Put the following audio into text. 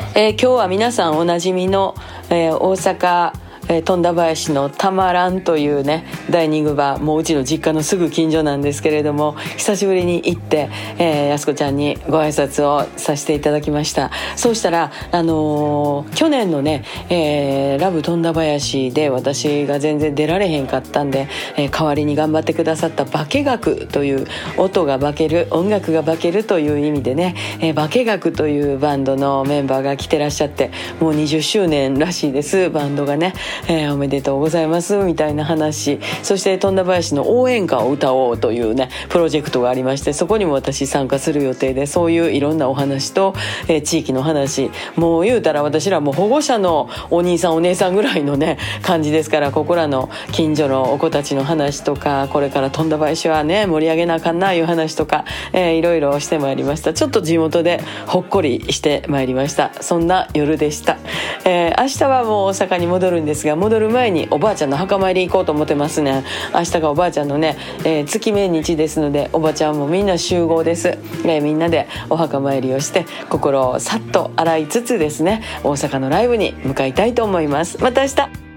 今日は皆さんおなじみの、大阪富田林のたまらんというねダイニングバー、もううちの実家のすぐ近所なんですけれども、久しぶりに行って、やすこちゃんにご挨拶をさせていただきました。そうしたら、去年のね、ラブ富田林で私が全然出られへんかったんで、代わりに頑張ってくださった化学という、音が化ける、音楽が化けるという意味でね、化学というバンドのメンバーが来てらっしゃって、もう20周年らしいです、バンドがね。おめでとうございますみたいな話、そして富田林の応援歌を歌おうというねプロジェクトがありまして、そこにも私参加する予定で、そういういろんなお話と、地域の話、もう言うたら私らも保護者のお兄さんお姉さんぐらいのね感じですから、ここらの近所のお子たちの話とか、これから富田林はね盛り上げなあかんないう話とか、いろいろしてまいりました。ちょっと地元でほっこりしてまいりました。そんな夜でした。明日はもう大阪に戻るんですが、戻る前におばあちゃんの墓参り行こうと思ってますね。明日がおばあちゃんのね、月命日ですので、おばちゃんもみんな集合です。みんなでお墓参りをして心をさっと洗いつつですね、大阪のライブに向かいたいと思います。また明日。